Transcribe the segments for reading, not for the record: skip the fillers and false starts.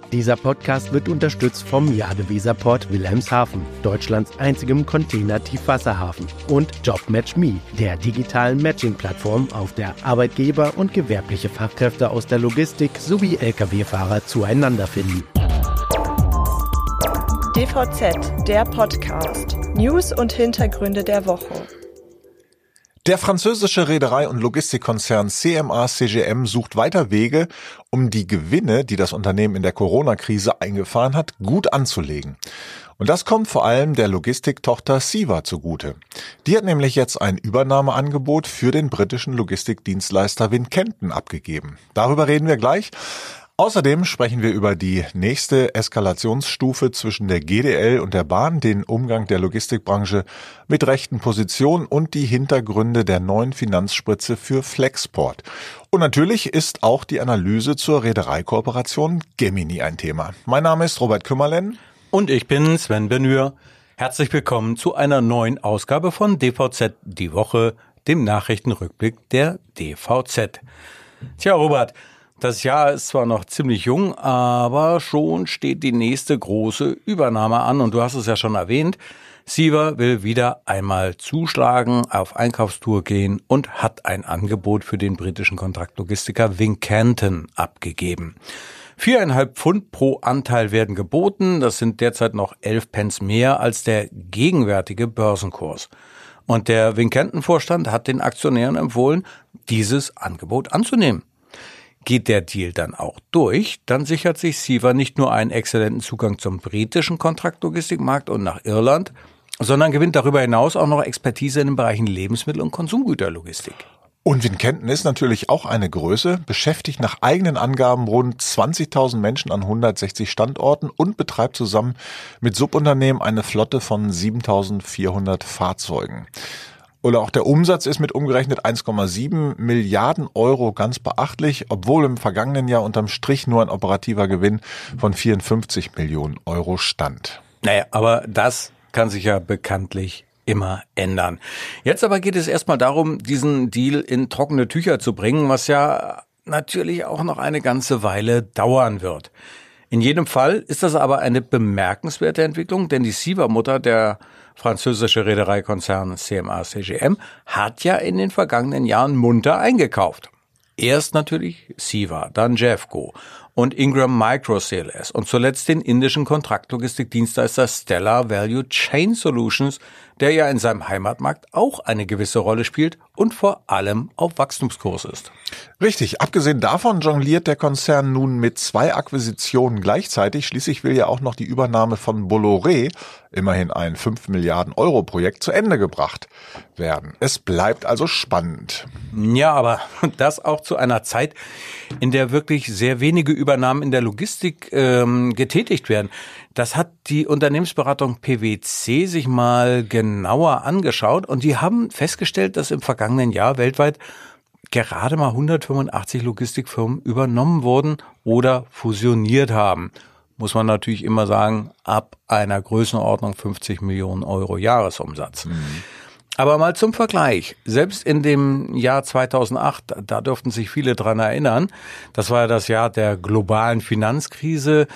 Dieser Podcast wird unterstützt vom Jadeweserport Wilhelmshaven, Deutschlands einzigem Container-Tiefwasserhafen, und JobMatchMe, der digitalen Matching-Plattform, auf der Arbeitgeber und gewerbliche Fachkräfte aus der Logistik sowie Lkw-Fahrer zueinander finden. DVZ, der Podcast. News und Hintergründe der Woche. Der französische Reederei- und Logistikkonzern CMA-CGM sucht weiter Wege, um die Gewinne, die das Unternehmen in der Corona-Krise eingefahren hat, gut anzulegen. Und das kommt vor allem der Logistiktochter CEVA zugute. Die hat nämlich jetzt ein Übernahmeangebot für den britischen Logistikdienstleister Wincanton abgegeben. Darüber reden wir gleich. Außerdem sprechen wir über die nächste Eskalationsstufe zwischen der GDL und der Bahn, den Umgang der Logistikbranche mit rechten Positionen und die Hintergründe der neuen Finanzspritze für Flexport. Und natürlich ist auch die Analyse zur Reedereikooperation Gemini ein Thema. Mein Name ist Robert Kümmerlen. Und ich bin Sven Benür. Herzlich willkommen zu einer neuen Ausgabe von DVZ die Woche, dem Nachrichtenrückblick der DVZ. Tja, Robert, das Jahr ist zwar noch ziemlich jung, aber schon steht die nächste große Übernahme an. Und du hast es ja schon erwähnt, CEVA will wieder einmal zuschlagen, auf Einkaufstour gehen und hat ein Angebot für den britischen Kontraktlogistiker Wincanton abgegeben. 4,5 Pfund pro Anteil werden geboten. Das sind derzeit noch 11 Pence mehr als der gegenwärtige Börsenkurs. Und der Wincanton-Vorstand hat den Aktionären empfohlen, dieses Angebot anzunehmen. Geht der Deal dann auch durch, dann sichert sich CEVA nicht nur einen exzellenten Zugang zum britischen Kontraktlogistikmarkt und nach Irland, sondern gewinnt darüber hinaus auch noch Expertise in den Bereichen Lebensmittel- und Konsumgüterlogistik. Und Wincanton ist natürlich auch eine Größe, beschäftigt nach eigenen Angaben rund 20.000 Menschen an 160 Standorten und betreibt zusammen mit Subunternehmen eine Flotte von 7.400 Fahrzeugen. Oder auch der Umsatz ist mit umgerechnet 1,7 Milliarden Euro ganz beachtlich, obwohl im vergangenen Jahr unterm Strich nur ein operativer Gewinn von 54 Millionen Euro stand. Naja, aber das kann sich ja bekanntlich immer ändern. Jetzt aber geht es erstmal darum, diesen Deal in trockene Tücher zu bringen, was ja natürlich auch noch eine ganze Weile dauern wird. In jedem Fall ist das aber eine bemerkenswerte Entwicklung, denn die CEVA-Mutter, der französische Reedereikonzern CMA-CGM, hat ja in den vergangenen Jahren munter eingekauft. Erst natürlich CEVA, dann Jeffco und Ingram Micro CLS und zuletzt den indischen Kontraktlogistikdienstleister Stellar Value Chain Solutions, der ja in seinem Heimatmarkt auch eine gewisse Rolle spielt und vor allem auf Wachstumskurs ist. Richtig, abgesehen davon jongliert der Konzern nun mit 2 Akquisitionen gleichzeitig. Schließlich will ja auch noch die Übernahme von Bolloré, immerhin ein 5 Milliarden Euro Projekt, zu Ende gebracht werden. Es bleibt also spannend. Ja, aber das auch zu einer Zeit, in der wirklich sehr wenige Übernahmen in der Logistik getätigt werden. Das hat die Unternehmensberatung PwC sich mal genauer angeschaut und die haben festgestellt, dass im vergangenen Jahr weltweit gerade mal 185 Logistikfirmen übernommen wurden oder fusioniert haben. Muss man natürlich immer sagen, ab einer Größenordnung 50 Millionen Euro Jahresumsatz. Aber mal zum Vergleich. Selbst in dem Jahr 2008, da dürften sich viele dran erinnern, das war ja das Jahr der globalen Finanzkrise.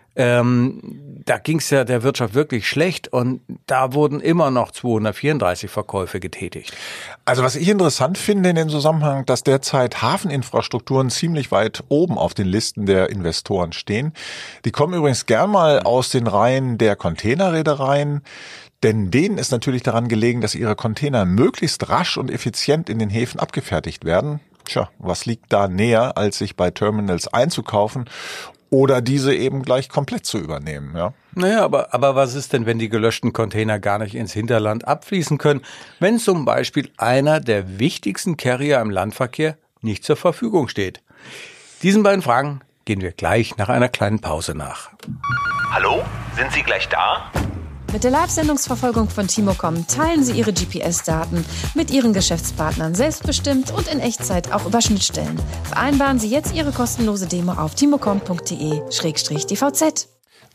Da ging es ja der Wirtschaft wirklich schlecht und da wurden immer noch 234 Verkäufe getätigt. Also was ich interessant finde in dem Zusammenhang, dass derzeit Hafeninfrastrukturen ziemlich weit oben auf den Listen der Investoren stehen. Die kommen übrigens gern mal aus den Reihen der Containerreedereien. Denn denen ist natürlich daran gelegen, dass ihre Container möglichst rasch und effizient in den Häfen abgefertigt werden. Tja, was liegt da näher, als sich bei Terminals einzukaufen oder diese eben gleich komplett zu übernehmen, ja? Naja, aber was ist denn, wenn die gelöschten Container gar nicht ins Hinterland abfließen können, wenn zum Beispiel einer der wichtigsten Carrier im Landverkehr nicht zur Verfügung steht? Diesen beiden Fragen gehen wir gleich nach einer kleinen Pause nach. Hallo, sind Sie gleich da? Mit der Live-Sendungsverfolgung von Timocom teilen Sie Ihre GPS-Daten mit Ihren Geschäftspartnern selbstbestimmt und in Echtzeit auch über Schnittstellen. Vereinbaren Sie jetzt Ihre kostenlose Demo auf timocom.de/dvz.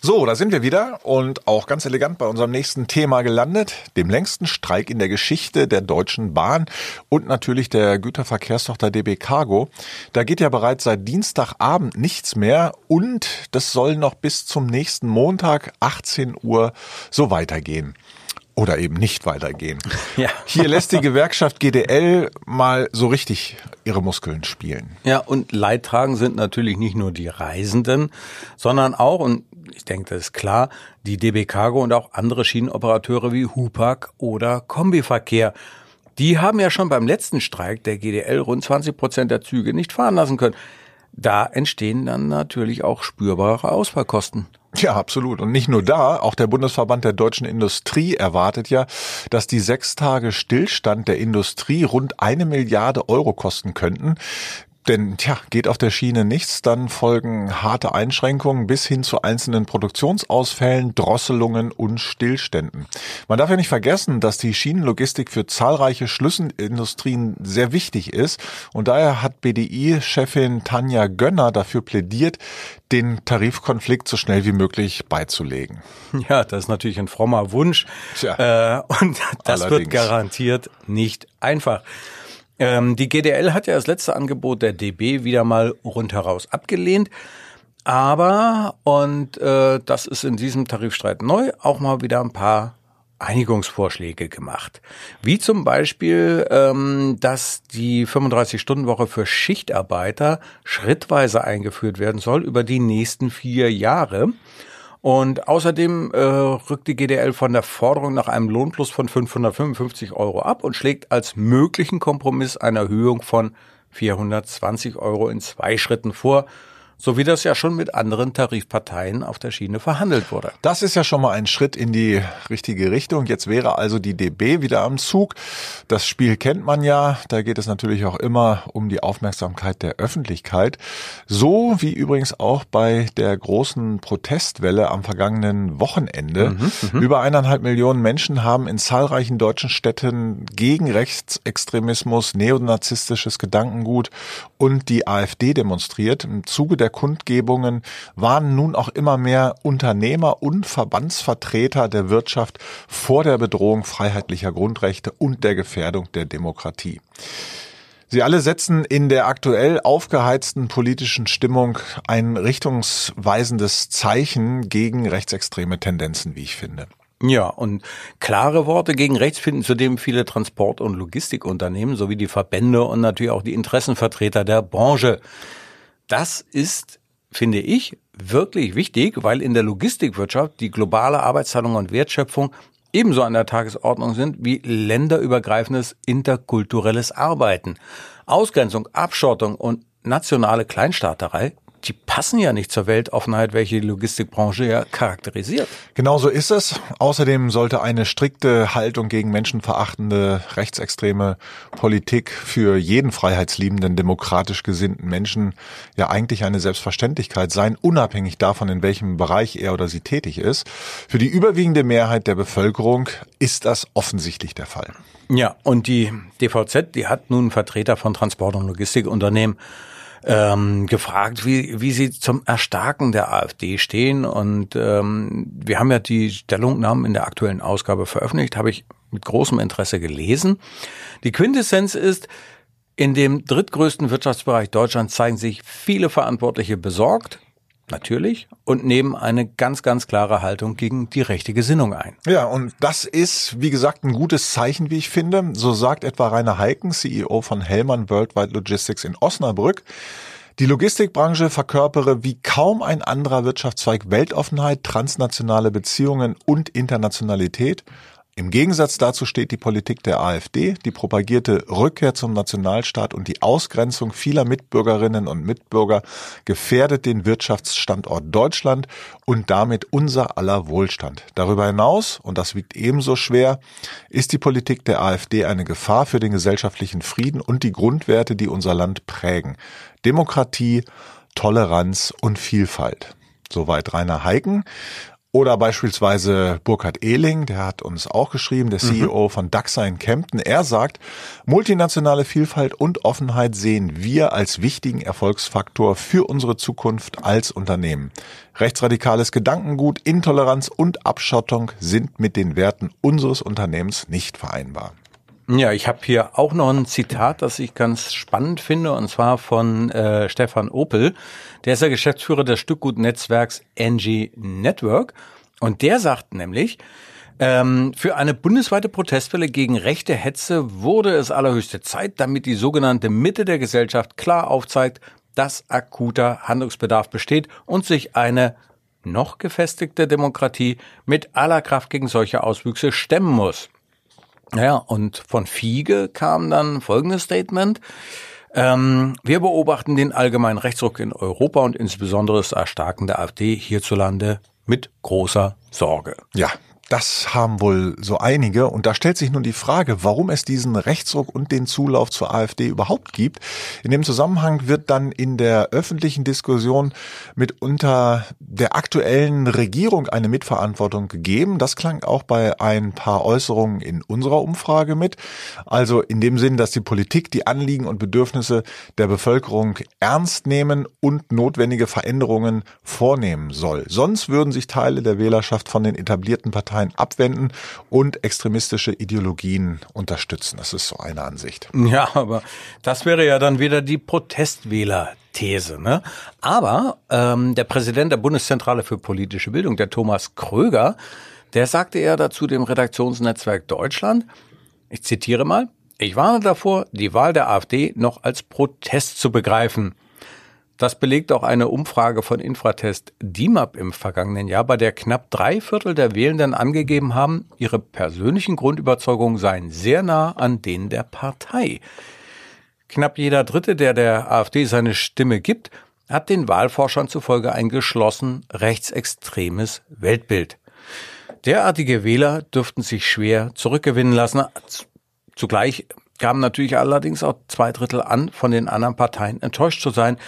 So, da sind wir wieder und auch ganz elegant bei unserem nächsten Thema gelandet, dem längsten Streik in der Geschichte der Deutschen Bahn und natürlich der Güterverkehrstochter DB Cargo. Da geht ja bereits seit Dienstagabend nichts mehr und das soll noch bis zum nächsten Montag 18 Uhr so weitergehen. Oder eben nicht weitergehen. Ja. Hier lässt die Gewerkschaft GDL mal so richtig ihre Muskeln spielen. Ja, und Leidtragend sind natürlich nicht nur die Reisenden, sondern auch, und ich denke, das ist klar, die DB Cargo und auch andere Schienenoperateure wie Hupac oder Kombiverkehr. Die haben ja schon beim letzten Streik der GDL rund 20% der Züge nicht fahren lassen können. Da entstehen dann natürlich auch spürbare Ausfallkosten. Ja, absolut. Und nicht nur da, auch der Bundesverband der deutschen Industrie erwartet ja, dass die 6 Tage Stillstand der Industrie rund 1 Milliarde Euro kosten könnten. Denn, geht auf der Schiene nichts, dann folgen harte Einschränkungen bis hin zu einzelnen Produktionsausfällen, Drosselungen und Stillständen. Man darf ja nicht vergessen, dass die Schienenlogistik für zahlreiche Schlüsselindustrien sehr wichtig ist. Und daher hat BDI-Chefin Tanja Gönner dafür plädiert, den Tarifkonflikt so schnell wie möglich beizulegen. Ja, das ist natürlich ein frommer Wunsch. Und das allerdings wird garantiert nicht einfach. Die GDL hat ja das letzte Angebot der DB wieder mal rundheraus abgelehnt. Aber, und das ist in diesem Tarifstreit neu, auch mal wieder ein paar Einigungsvorschläge gemacht. Wie zum Beispiel, dass die 35-Stunden-Woche für Schichtarbeiter schrittweise eingeführt werden soll über die nächsten 4 Jahre. Und außerdem rückt die GDL von der Forderung nach einem Lohnplus von 555 Euro ab und schlägt als möglichen Kompromiss eine Erhöhung von 420 Euro in 2 Schritten vor, so wie das ja schon mit anderen Tarifparteien auf der Schiene verhandelt wurde. Das ist ja schon mal ein Schritt in die richtige Richtung. Jetzt wäre also die DB wieder am Zug. Das Spiel kennt man ja. Da geht es natürlich auch immer um die Aufmerksamkeit der Öffentlichkeit. So wie übrigens auch bei der großen Protestwelle am vergangenen Wochenende. Über 1,5 Millionen Menschen haben in zahlreichen deutschen Städten gegen Rechtsextremismus, neonazistisches Gedankengut und die AfD demonstriert. Im Zuge der Kundgebungen warnen nun auch immer mehr Unternehmer und Verbandsvertreter der Wirtschaft vor der Bedrohung freiheitlicher Grundrechte und der Gefährdung der Demokratie. Sie alle setzen in der aktuell aufgeheizten politischen Stimmung ein richtungsweisendes Zeichen gegen rechtsextreme Tendenzen, wie ich finde. Ja, und klare Worte gegen rechts finden zudem viele Transport- und Logistikunternehmen sowie die Verbände und natürlich auch die Interessenvertreter der Branche. Das ist, finde ich, wirklich wichtig, weil in der Logistikwirtschaft die globale Arbeitsteilung und Wertschöpfung ebenso an der Tagesordnung sind wie länderübergreifendes interkulturelles Arbeiten. Ausgrenzung, Abschottung und nationale Kleinstaaterei, die passen ja nicht zur Weltoffenheit, welche die Logistikbranche ja charakterisiert. Genau so ist es. Außerdem sollte eine strikte Haltung gegen menschenverachtende, rechtsextreme Politik für jeden freiheitsliebenden, demokratisch gesinnten Menschen ja eigentlich eine Selbstverständlichkeit sein, unabhängig davon, in welchem Bereich er oder sie tätig ist. Für die überwiegende Mehrheit der Bevölkerung ist das offensichtlich der Fall. Ja, und die DVZ, die hat nun Vertreter von Transport- und Logistikunternehmen gefragt, wie sie zum Erstarken der AfD stehen. Und wir haben ja die Stellungnahmen in der aktuellen Ausgabe veröffentlicht, habe ich mit großem Interesse gelesen. Die Quintessenz ist, in dem drittgrößten Wirtschaftsbereich Deutschlands zeigen sich viele Verantwortliche besorgt, natürlich, und nehmen eine ganz, ganz klare Haltung gegen die rechte Gesinnung ein. Ja, und das ist, wie gesagt, ein gutes Zeichen, wie ich finde. So sagt etwa Rainer Heiken, CEO von Hellmann Worldwide Logistics in Osnabrück. Die Logistikbranche verkörpere wie kaum ein anderer Wirtschaftszweig Weltoffenheit, transnationale Beziehungen und Internationalität. Im Gegensatz dazu steht die Politik der AfD, die propagierte Rückkehr zum Nationalstaat und die Ausgrenzung vieler Mitbürgerinnen und Mitbürger gefährdet den Wirtschaftsstandort Deutschland und damit unser aller Wohlstand. Darüber hinaus, und das wiegt ebenso schwer, ist die Politik der AfD eine Gefahr für den gesellschaftlichen Frieden und die Grundwerte, die unser Land prägen. Demokratie, Toleranz und Vielfalt. Soweit Rainer Heiken. Oder beispielsweise Burkhard Ehling, der hat uns auch geschrieben, der CEO von DAXA in Kempten. Er sagt, multinationale Vielfalt und Offenheit sehen wir als wichtigen Erfolgsfaktor für unsere Zukunft als Unternehmen. Rechtsradikales Gedankengut, Intoleranz und Abschottung sind mit den Werten unseres Unternehmens nicht vereinbar. Ja, ich habe hier auch noch ein Zitat, das ich ganz spannend finde, und zwar von Stefan Opel. Der ist der Geschäftsführer des Stückgutnetzwerks NG Network, und der sagt nämlich, für eine bundesweite Protestwelle gegen rechte Hetze wurde es allerhöchste Zeit, damit die sogenannte Mitte der Gesellschaft klar aufzeigt, dass akuter Handlungsbedarf besteht und sich eine noch gefestigte Demokratie mit aller Kraft gegen solche Auswüchse stemmen muss. Ja, und von Fiege kam dann folgendes Statement. Wir beobachten den allgemeinen Rechtsruck in Europa und insbesondere das Erstarken der AfD hierzulande mit großer Sorge. Ja, das haben wohl so einige. Und da stellt sich nun die Frage, warum es diesen Rechtsruck und den Zulauf zur AfD überhaupt gibt. In dem Zusammenhang wird dann in der öffentlichen Diskussion mitunter der aktuellen Regierung eine Mitverantwortung gegeben. Das klang auch bei ein paar Äußerungen in unserer Umfrage mit. Also in dem Sinn, dass die Politik die Anliegen und Bedürfnisse der Bevölkerung ernst nehmen und notwendige Veränderungen vornehmen soll. Sonst würden sich Teile der Wählerschaft von den etablierten Parteien abwenden und extremistische Ideologien unterstützen. Das ist so eine Ansicht. Ja, aber das wäre ja dann wieder die Protestwähler-These, ne? Aber der Präsident der Bundeszentrale für politische Bildung, der Thomas Kröger, der sagte ja dazu dem Redaktionsnetzwerk Deutschland, ich zitiere mal, ich warne davor, die Wahl der AfD noch als Protest zu begreifen. Das belegt auch eine Umfrage von Infratest DIMAP im vergangenen Jahr, bei der knapp 3/4 der Wählenden angegeben haben, ihre persönlichen Grundüberzeugungen seien sehr nah an denen der Partei. Knapp jeder Dritte, der der AfD seine Stimme gibt, hat den Wahlforschern zufolge ein geschlossen rechtsextremes Weltbild. Derartige Wähler dürften sich schwer zurückgewinnen lassen. Zugleich gaben natürlich allerdings auch 2/3 an, von den anderen Parteien enttäuscht zu sein.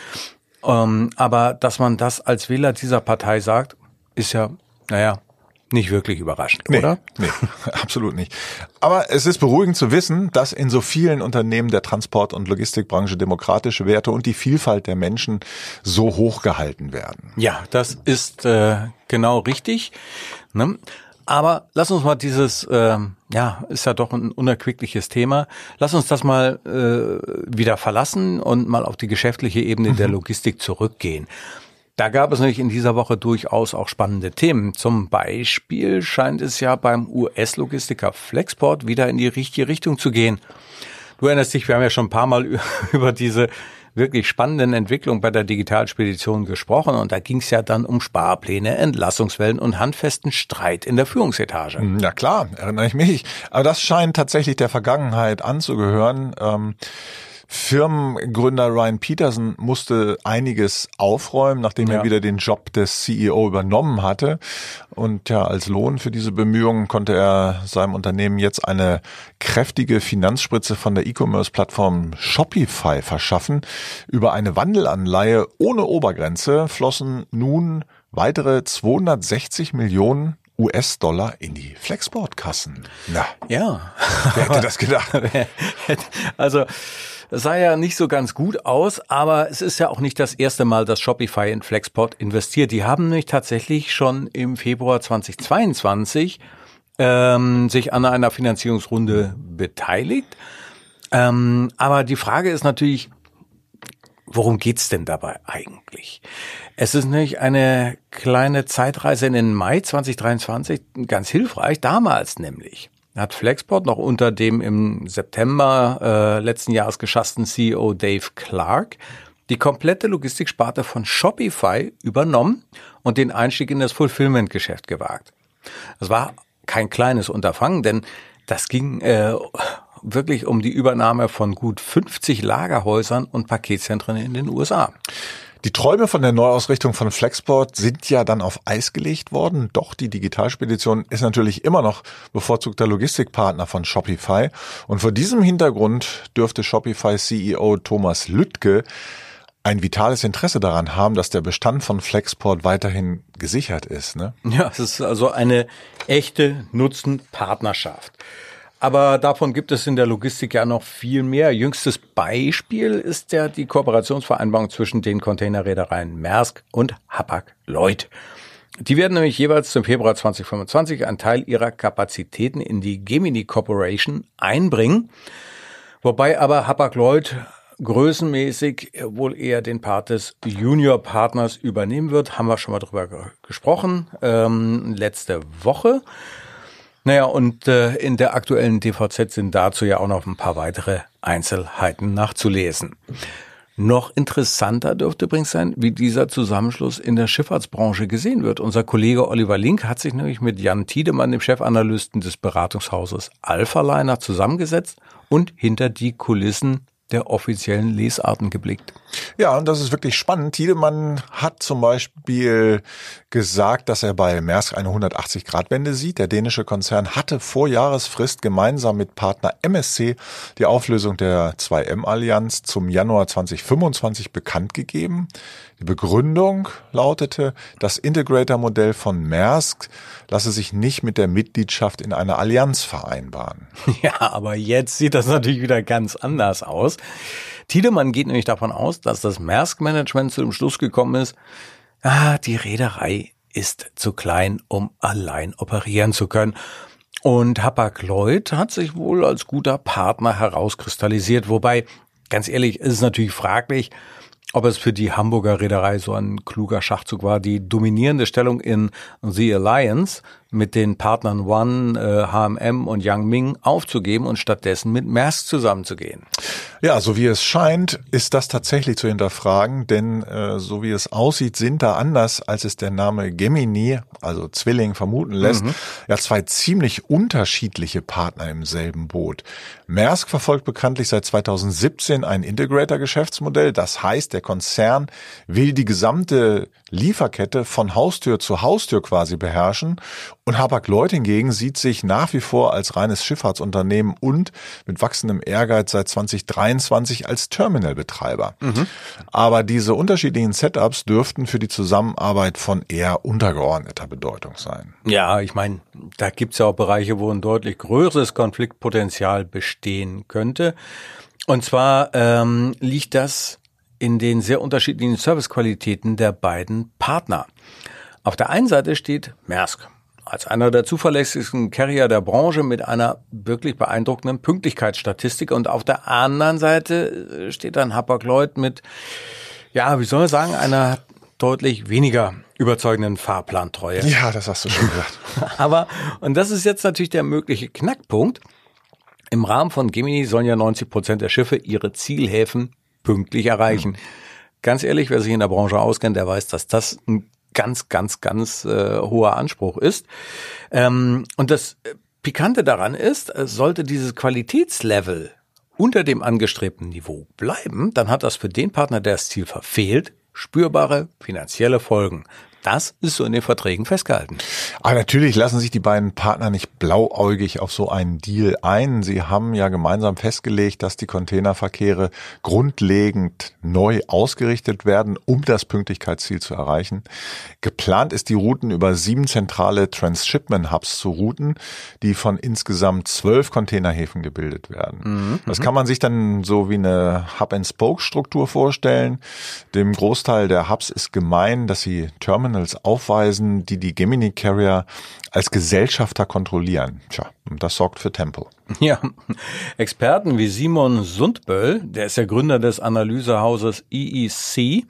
Aber dass man das als Wähler dieser Partei sagt, ist ja, nicht wirklich überraschend, oder? Nee, absolut nicht. Aber es ist beruhigend zu wissen, dass in so vielen Unternehmen der Transport- und Logistikbranche demokratische Werte und die Vielfalt der Menschen so hoch gehalten werden. Ja, das ist genau richtig, ne? Aber lass uns mal dieses, ist ja doch ein unerquickliches Thema, lass uns das mal wieder verlassen und mal auf die geschäftliche Ebene der Logistik zurückgehen. Da gab es nämlich in dieser Woche durchaus auch spannende Themen. Zum Beispiel scheint es ja beim US-Logistiker Flexport wieder in die richtige Richtung zu gehen. Du erinnerst dich, wir haben ja schon ein paar Mal über diese wirklich spannenden Entwicklung bei der Digitalspedition gesprochen, und da ging es ja dann um Sparpläne, Entlassungswellen und handfesten Streit in der Führungsetage. Ja klar, erinnere ich mich. Aber das scheint tatsächlich der Vergangenheit anzugehören. Firmengründer Ryan Peterson musste einiges aufräumen, nachdem er wieder den Job des CEO übernommen hatte. Und ja, als Lohn für diese Bemühungen konnte er seinem Unternehmen jetzt eine kräftige Finanzspritze von der E-Commerce-Plattform Shopify verschaffen. Über eine Wandelanleihe ohne Obergrenze flossen nun weitere 260 Millionen US-Dollar in die Flexport-Kassen. Na, ja. Wer hätte das gedacht? Also, es sah ja nicht so ganz gut aus, aber es ist ja auch nicht das erste Mal, dass Shopify in Flexport investiert. Die haben nämlich tatsächlich schon im Februar 2022 sich an einer Finanzierungsrunde beteiligt. Aber die Frage ist natürlich, worum geht's denn dabei eigentlich? Es ist nämlich eine kleine Zeitreise in den Mai 2023, ganz hilfreich, damals nämlich hat Flexport noch unter dem im September letzten Jahres geschassten CEO Dave Clark die komplette Logistiksparte von Shopify übernommen und den Einstieg in das Fulfillment-Geschäft gewagt. Das war kein kleines Unterfangen, denn das ging wirklich um die Übernahme von gut 50 Lagerhäusern und Paketzentren in den USA. Die Träume von der Neuausrichtung von Flexport sind ja dann auf Eis gelegt worden. Doch die Digitalspedition ist natürlich immer noch bevorzugter Logistikpartner von Shopify. Und vor diesem Hintergrund dürfte Shopify-CEO Thomas Lüttke ein vitales Interesse daran haben, dass der Bestand von Flexport weiterhin gesichert ist, ne? Ja, es ist also eine echte Nutzen-Partnerschaft. Aber davon gibt es in der Logistik ja noch viel mehr. Jüngstes Beispiel ist ja die Kooperationsvereinbarung zwischen den Containerreedereien Maersk und Hapag-Lloyd. Die werden nämlich jeweils zum Februar 2025 einen Teil ihrer Kapazitäten in die Gemini Corporation einbringen, wobei aber Hapag-Lloyd größenmäßig wohl eher den Part des Junior-Partners übernehmen wird. Haben wir schon mal drüber gesprochen, letzte Woche. Naja, und in der aktuellen DVZ sind dazu ja auch noch ein paar weitere Einzelheiten nachzulesen. Noch interessanter dürfte übrigens sein, wie dieser Zusammenschluss in der Schifffahrtsbranche gesehen wird. Unser Kollege Oliver Link hat sich nämlich mit Jan Tiedemann, dem Chefanalysten des Beratungshauses Alphaliner, zusammengesetzt und hinter die Kulissen der offiziellen Lesarten geblickt. Ja, und das ist wirklich spannend. Tiedemann hat zum Beispiel gesagt, dass er bei Maersk eine 180-Grad-Wende sieht. Der dänische Konzern hatte vor Jahresfrist gemeinsam mit Partner MSC die Auflösung der 2M-Allianz zum Januar 2025 bekannt gegeben. Die Begründung lautete, das Integrator-Modell von Maersk lasse sich nicht mit der Mitgliedschaft in einer Allianz vereinbaren. Ja, aber jetzt sieht das natürlich wieder ganz anders aus. Tiedemann geht nämlich davon aus, dass das Maersk-Management zu dem Schluss gekommen ist, die Reederei ist zu klein, um allein operieren zu können. Und Hapag-Lloyd hat sich wohl als guter Partner herauskristallisiert, wobei, ganz ehrlich, ist es natürlich fraglich, ob es für die Hamburger Reederei so ein kluger Schachzug war, die dominierende Stellung in The Alliance mit den Partnern One, H&M und Yang Ming aufzugeben und stattdessen mit Maersk zusammenzugehen. Ja, so wie es scheint, ist das tatsächlich zu hinterfragen, denn so wie es aussieht, sind da anders, als es der Name Gemini, also Zwilling, vermuten lässt, ja zwei ziemlich unterschiedliche Partner im selben Boot. Maersk verfolgt bekanntlich seit 2017 ein Integrator-Geschäftsmodell. Das heißt, der Konzern will die gesamte Lieferkette von Haustür zu Haustür quasi beherrschen. Und Hapag-Lloyd hingegen sieht sich nach wie vor als reines Schifffahrtsunternehmen und mit wachsendem Ehrgeiz seit 2023 als Terminalbetreiber. Aber diese unterschiedlichen Setups dürften für die Zusammenarbeit von eher untergeordneter Bedeutung sein. Ja, ich meine, da gibt's ja auch Bereiche, wo ein deutlich größeres Konfliktpotenzial bestehen könnte. Und zwar liegt das in den sehr unterschiedlichen Servicequalitäten der beiden Partner. Auf der einen Seite steht Maersk als einer der zuverlässigsten Carrier der Branche mit einer wirklich beeindruckenden Pünktlichkeitsstatistik. Und auf der anderen Seite steht dann Hapag-Lloyd mit, ja, wie soll man sagen, einer deutlich weniger überzeugenden Fahrplantreue. Ja, das hast du schon gesagt. Aber, und das ist jetzt natürlich der mögliche Knackpunkt, im Rahmen von Gemini sollen ja 90% der Schiffe ihre Zielhäfen pünktlich erreichen. Ganz ehrlich, wer sich in der Branche auskennt, der weiß, dass das ein ganz hoher Anspruch ist. Und das Pikante daran ist, sollte dieses Qualitätslevel unter dem angestrebten Niveau bleiben, dann hat das für den Partner, der das Ziel verfehlt, spürbare finanzielle Folgen. Das ist so in den Verträgen festgehalten. Aber natürlich lassen sich die beiden Partner nicht blauäugig auf so einen Deal ein. Sie haben ja gemeinsam festgelegt, dass die Containerverkehre grundlegend neu ausgerichtet werden, um das Pünktlichkeitsziel zu erreichen. Geplant ist, die Routen über 7 zentrale Transshipment-Hubs zu routen, die von insgesamt 12 Containerhäfen gebildet werden. Das kann man sich dann so wie eine Hub-and-Spoke-Struktur vorstellen. Dem Großteil der Hubs ist gemein, dass sie Terminals aufweisen, die Gemini Carrier als Gesellschafter kontrollieren. Tja, und das sorgt für Tempo. Ja, Experten wie Simon Sundböll, der ist der Gründer des Analysehauses EEC,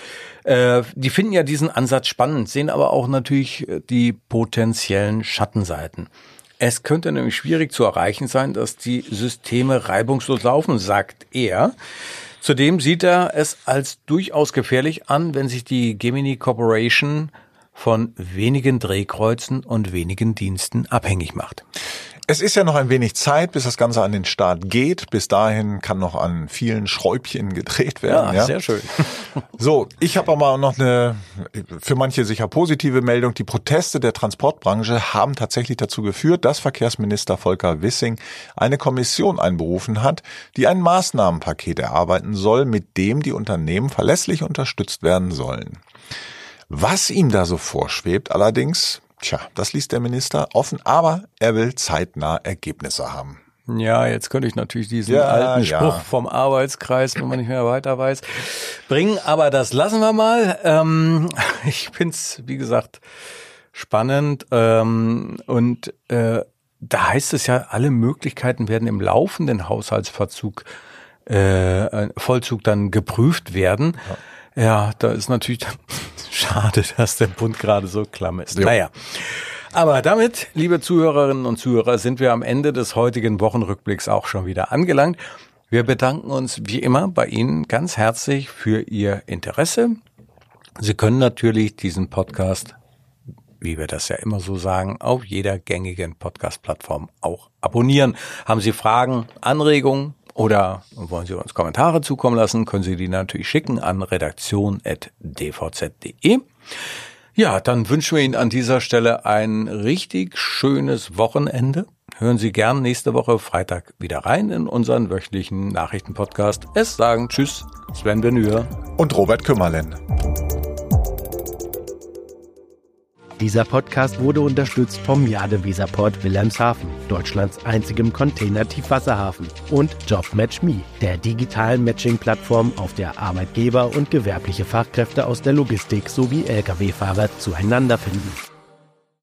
die finden ja diesen Ansatz spannend, sehen aber auch natürlich die potenziellen Schattenseiten. Es könnte nämlich schwierig zu erreichen sein, dass die Systeme reibungslos laufen, sagt er. Zudem sieht er es als durchaus gefährlich an, wenn sich die Gemini Corporation von wenigen Drehkreuzen und wenigen Diensten abhängig macht. Es ist ja noch ein wenig Zeit, bis das Ganze an den Start geht. Bis dahin kann noch an vielen Schräubchen gedreht werden. Ja, sehr schön. So, ich habe aber noch eine für manche sicher positive Meldung. Die Proteste der Transportbranche haben tatsächlich dazu geführt, dass Verkehrsminister Volker Wissing eine Kommission einberufen hat, die ein Maßnahmenpaket erarbeiten soll, mit dem die Unternehmen verlässlich unterstützt werden sollen. Was ihm da so vorschwebt allerdings, das liest der Minister offen, aber er will zeitnah Ergebnisse haben. Ja, jetzt könnte ich natürlich diesen alten Spruch vom Arbeitskreis, wenn man nicht mehr weiter weiß, bringen, aber das lassen wir mal. Ich find's, wie gesagt, spannend und da heißt es ja, alle Möglichkeiten werden im laufenden Haushaltsvollzug dann geprüft werden. Ja, da ist natürlich schade, dass der Bund gerade so klamm ist. Jo. Naja, aber damit, liebe Zuhörerinnen und Zuhörer, sind wir am Ende des heutigen Wochenrückblicks auch schon wieder angelangt. Wir bedanken uns wie immer bei Ihnen ganz herzlich für Ihr Interesse. Sie können natürlich diesen Podcast, wie wir das ja immer so sagen, auf jeder gängigen Podcast-Plattform auch abonnieren. Haben Sie Fragen, Anregungen? Oder wollen Sie uns Kommentare zukommen lassen, können Sie die natürlich schicken an redaktion@dvz.de. Ja, dann wünschen wir Ihnen an dieser Stelle ein richtig schönes Wochenende. Hören Sie gern nächste Woche Freitag wieder rein in unseren wöchentlichen Nachrichtenpodcast. Es sagen Tschüss, Sven Benür und Robert Kümmerlen. Dieser Podcast wurde unterstützt vom Jadeweserport Wilhelmshaven, Deutschlands einzigem Container-Tiefwasserhafen, und JobMatchMe, der digitalen Matching-Plattform, auf der Arbeitgeber und gewerbliche Fachkräfte aus der Logistik sowie Lkw-Fahrer zueinander finden.